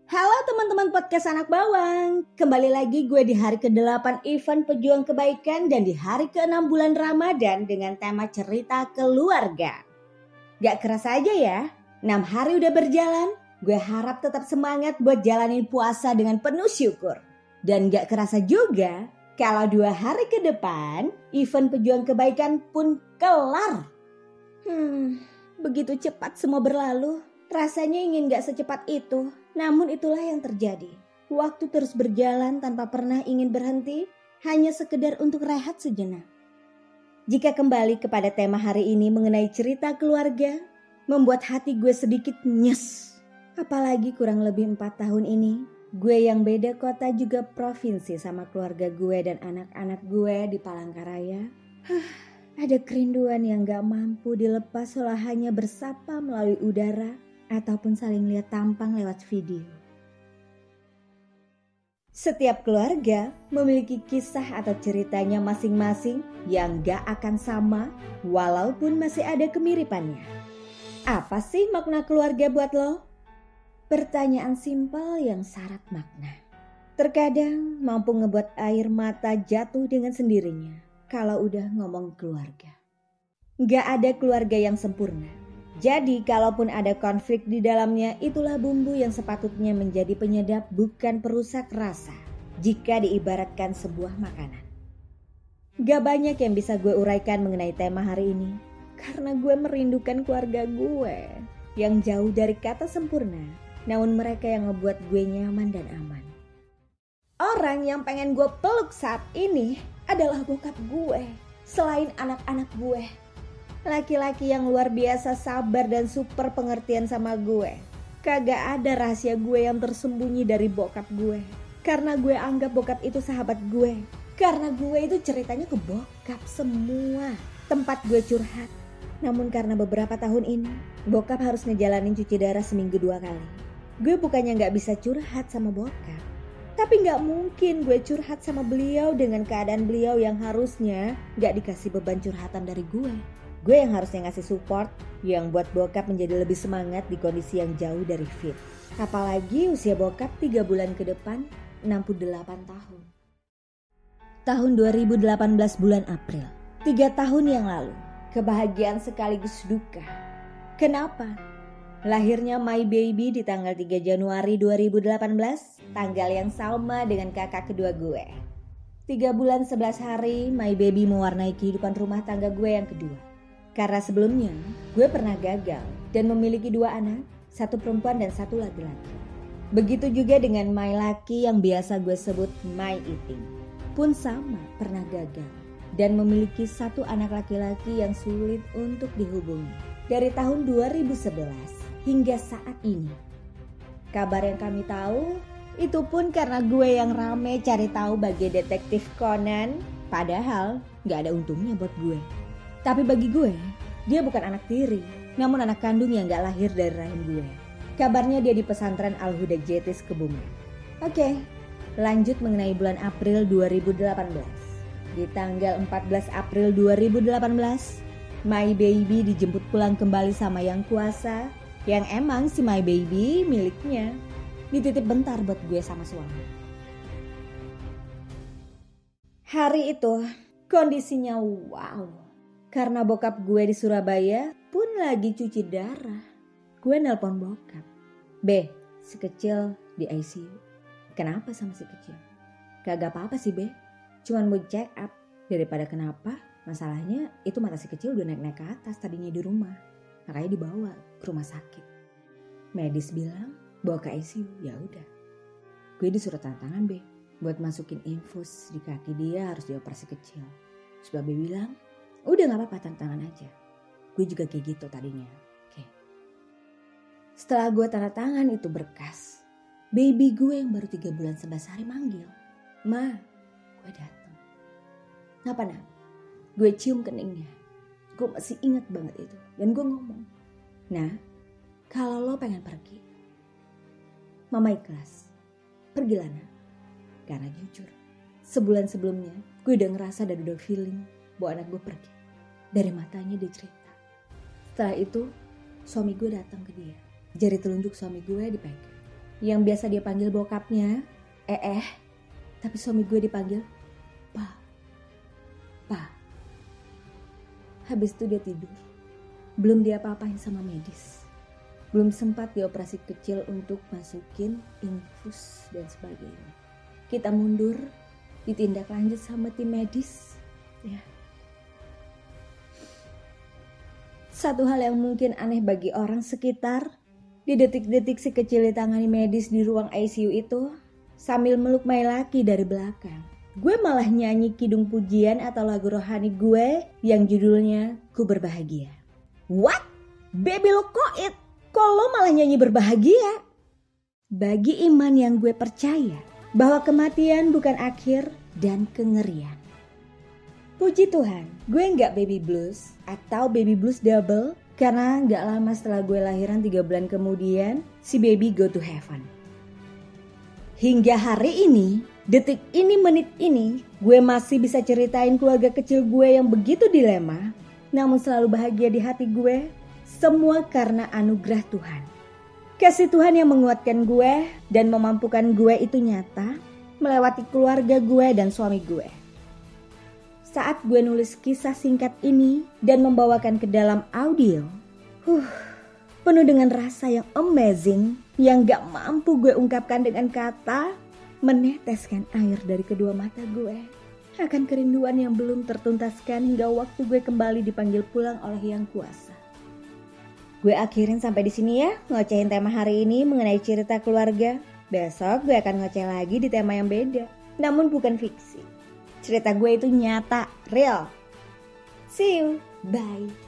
Halo teman-teman podcast Anak Bawang. Kembali lagi gue di hari ke-8 event Pejuang Kebaikan dan di hari ke-6 bulan Ramadan dengan tema cerita keluarga. Gak kerasa aja ya, 6 hari udah berjalan. Gue harap tetap semangat buat jalanin puasa dengan penuh syukur. Dan gak kerasa juga kalau 2 hari ke depan event Pejuang Kebaikan pun kelar. Begitu cepat semua berlalu. Rasanya ingin gak secepat itu, namun itulah yang terjadi. Waktu terus berjalan tanpa pernah ingin berhenti, hanya sekedar untuk rehat sejenak. Jika kembali kepada tema hari ini mengenai cerita keluarga, membuat hati gue sedikit nyes. Apalagi kurang lebih 4 tahun ini, gue yang beda kota juga provinsi sama keluarga gue dan anak-anak gue di Palangkaraya. Ada kerinduan yang gak mampu dilepas walau hanya bersapa melalui udara ataupun saling lihat tampang lewat video. Setiap keluarga memiliki kisah atau ceritanya masing-masing yang gak akan sama walaupun masih ada kemiripannya. Apa sih makna keluarga buat lo? Pertanyaan simpel yang syarat makna. Terkadang mampu ngebuat air mata jatuh dengan sendirinya kalau udah ngomong keluarga. Gak ada keluarga yang sempurna. Jadi kalaupun ada konflik di dalamnya, itulah bumbu yang sepatutnya menjadi penyedap bukan perusak rasa jika diibaratkan sebuah makanan. Gak banyak yang bisa gue uraikan mengenai tema hari ini karena gue merindukan keluarga gue yang jauh dari kata sempurna, namun mereka yang ngebuat gue nyaman dan aman. Orang yang pengen gue peluk saat ini adalah bokap gue selain anak-anak gue. Laki-laki yang luar biasa sabar dan super pengertian sama gue. Kagak ada rahasia gue yang tersembunyi dari bokap gue. Karena gue anggap bokap itu sahabat gue. Karena gue itu ceritanya ke bokap semua. Tempat gue curhat. Namun karena beberapa tahun ini, bokap harus ngejalanin cuci darah seminggu 2 kali. Gue bukannya gak bisa curhat sama bokap. Tapi gak mungkin gue curhat sama beliau dengan keadaan beliau yang harusnya gak dikasih beban curhatan dari gue. Gue yang harusnya ngasih support yang buat bokap menjadi lebih semangat di kondisi yang jauh dari fit. Apalagi usia bokap 3 bulan ke depan 68 tahun. Tahun 2018 bulan April, 3 tahun yang lalu, kebahagiaan sekaligus duka. Kenapa? Lahirnya my baby di tanggal 3 Januari 2018, tanggal yang sama dengan kakak kedua gue. 3 bulan 11 hari my baby mewarnai kehidupan rumah tangga gue yang kedua. Karena sebelumnya gue pernah gagal dan memiliki 2 anak, 1 perempuan dan 1 laki-laki. Begitu juga dengan my laki yang biasa gue sebut my eating. Pun sama pernah gagal dan memiliki 1 anak laki-laki yang sulit untuk dihubungi. Dari tahun 2011 hingga saat ini. Kabar yang kami tahu itu pun karena gue yang rame cari tahu bagai detektif Conan. Padahal gak ada untungnya buat gue. Tapi bagi gue, dia bukan anak tiri, namun anak kandung yang gak lahir dari rahim gue. Kabarnya dia di pesantren Al-Huda Jetis Kebumen. Oke, lanjut mengenai bulan April 2018. Di tanggal 14 April 2018, my baby dijemput pulang kembali sama yang kuasa, yang emang si my baby miliknya. Dititip bentar buat gue sama suami. Hari itu kondisinya wow. Karena bokap gue di Surabaya pun lagi cuci darah. Gue nelpon bokap. Be, si kecil di ICU. Kenapa sama si kecil? Kagak apa-apa sih Be. Cuman mau check up. Daripada kenapa, masalahnya itu mata si kecil udah naik-naik ke atas tadinya di rumah. Makanya dibawa ke rumah sakit. Medis bilang bawa ke ICU. Ya udah. Gue disuruh tantangan Be. Buat masukin infus di kaki dia harus dioperasi kecil. Terus Babe bilang, udah gak apa-apa tantangan aja. Gue juga kayak gitu tadinya. Oke. Setelah gue tanda tangan itu berkas, baby gue yang baru 3 bulan 11 hari manggil. Ma, gue datang. Ngapa nak? Gue cium keningnya. Gue masih ingat banget itu. Dan gue ngomong, nah kalau lo pengen pergi, mama ikhlas. Pergilah nak. Karena jujur, sebulan sebelumnya gue udah ngerasa dan udah feeling bahwa anak gue pergi. Dari matanya dia cerita. Setelah itu suami gue datang ke dia. Jari telunjuk suami gue dipegang. yang biasa dia panggil bokapnya tapi suami gue dipanggil Pa. Habis itu dia tidur. Belum dia apa-apain sama medis. Belum sempat dioperasi kecil untuk masukin infus dan sebagainya. Kita mundur, ditindak lanjut sama tim medis. Ya. Satu hal yang mungkin aneh bagi orang sekitar, di detik-detik si kecil ditangani medis di ruang ICU itu, sambil meluk my laki dari belakang, gue malah nyanyi kidung pujian atau lagu rohani gue yang judulnya Ku Berbahagia. What? Baby lo koit? Kok lo malah nyanyi berbahagia? Bagi iman yang gue percaya bahwa kematian bukan akhir dan kengerian. Puji Tuhan, gue gak baby blues atau baby blues double karena gak lama setelah gue lahiran 3 bulan kemudian, si baby go to heaven. Hingga hari ini, detik ini, menit ini, gue masih bisa ceritain keluarga kecil gue yang begitu dilema, namun selalu bahagia di hati gue, semua karena anugerah Tuhan. Kasih Tuhan yang menguatkan gue dan memampukan gue itu nyata, melewati keluarga gue dan suami gue. Saat gue nulis kisah singkat ini dan membawakan ke dalam audio, penuh dengan rasa yang amazing yang gak mampu gue ungkapkan dengan kata, meneteskan air dari kedua mata gue akan kerinduan yang belum tertuntaskan hingga waktu gue kembali dipanggil pulang oleh Yang Kuasa. Gue akhirin sampai di sini ya, ngocehin tema hari ini mengenai cerita keluarga. Besok gue akan ngoceh lagi di tema yang beda, namun bukan fiksi. Cerita gue itu nyata, real. See you, bye.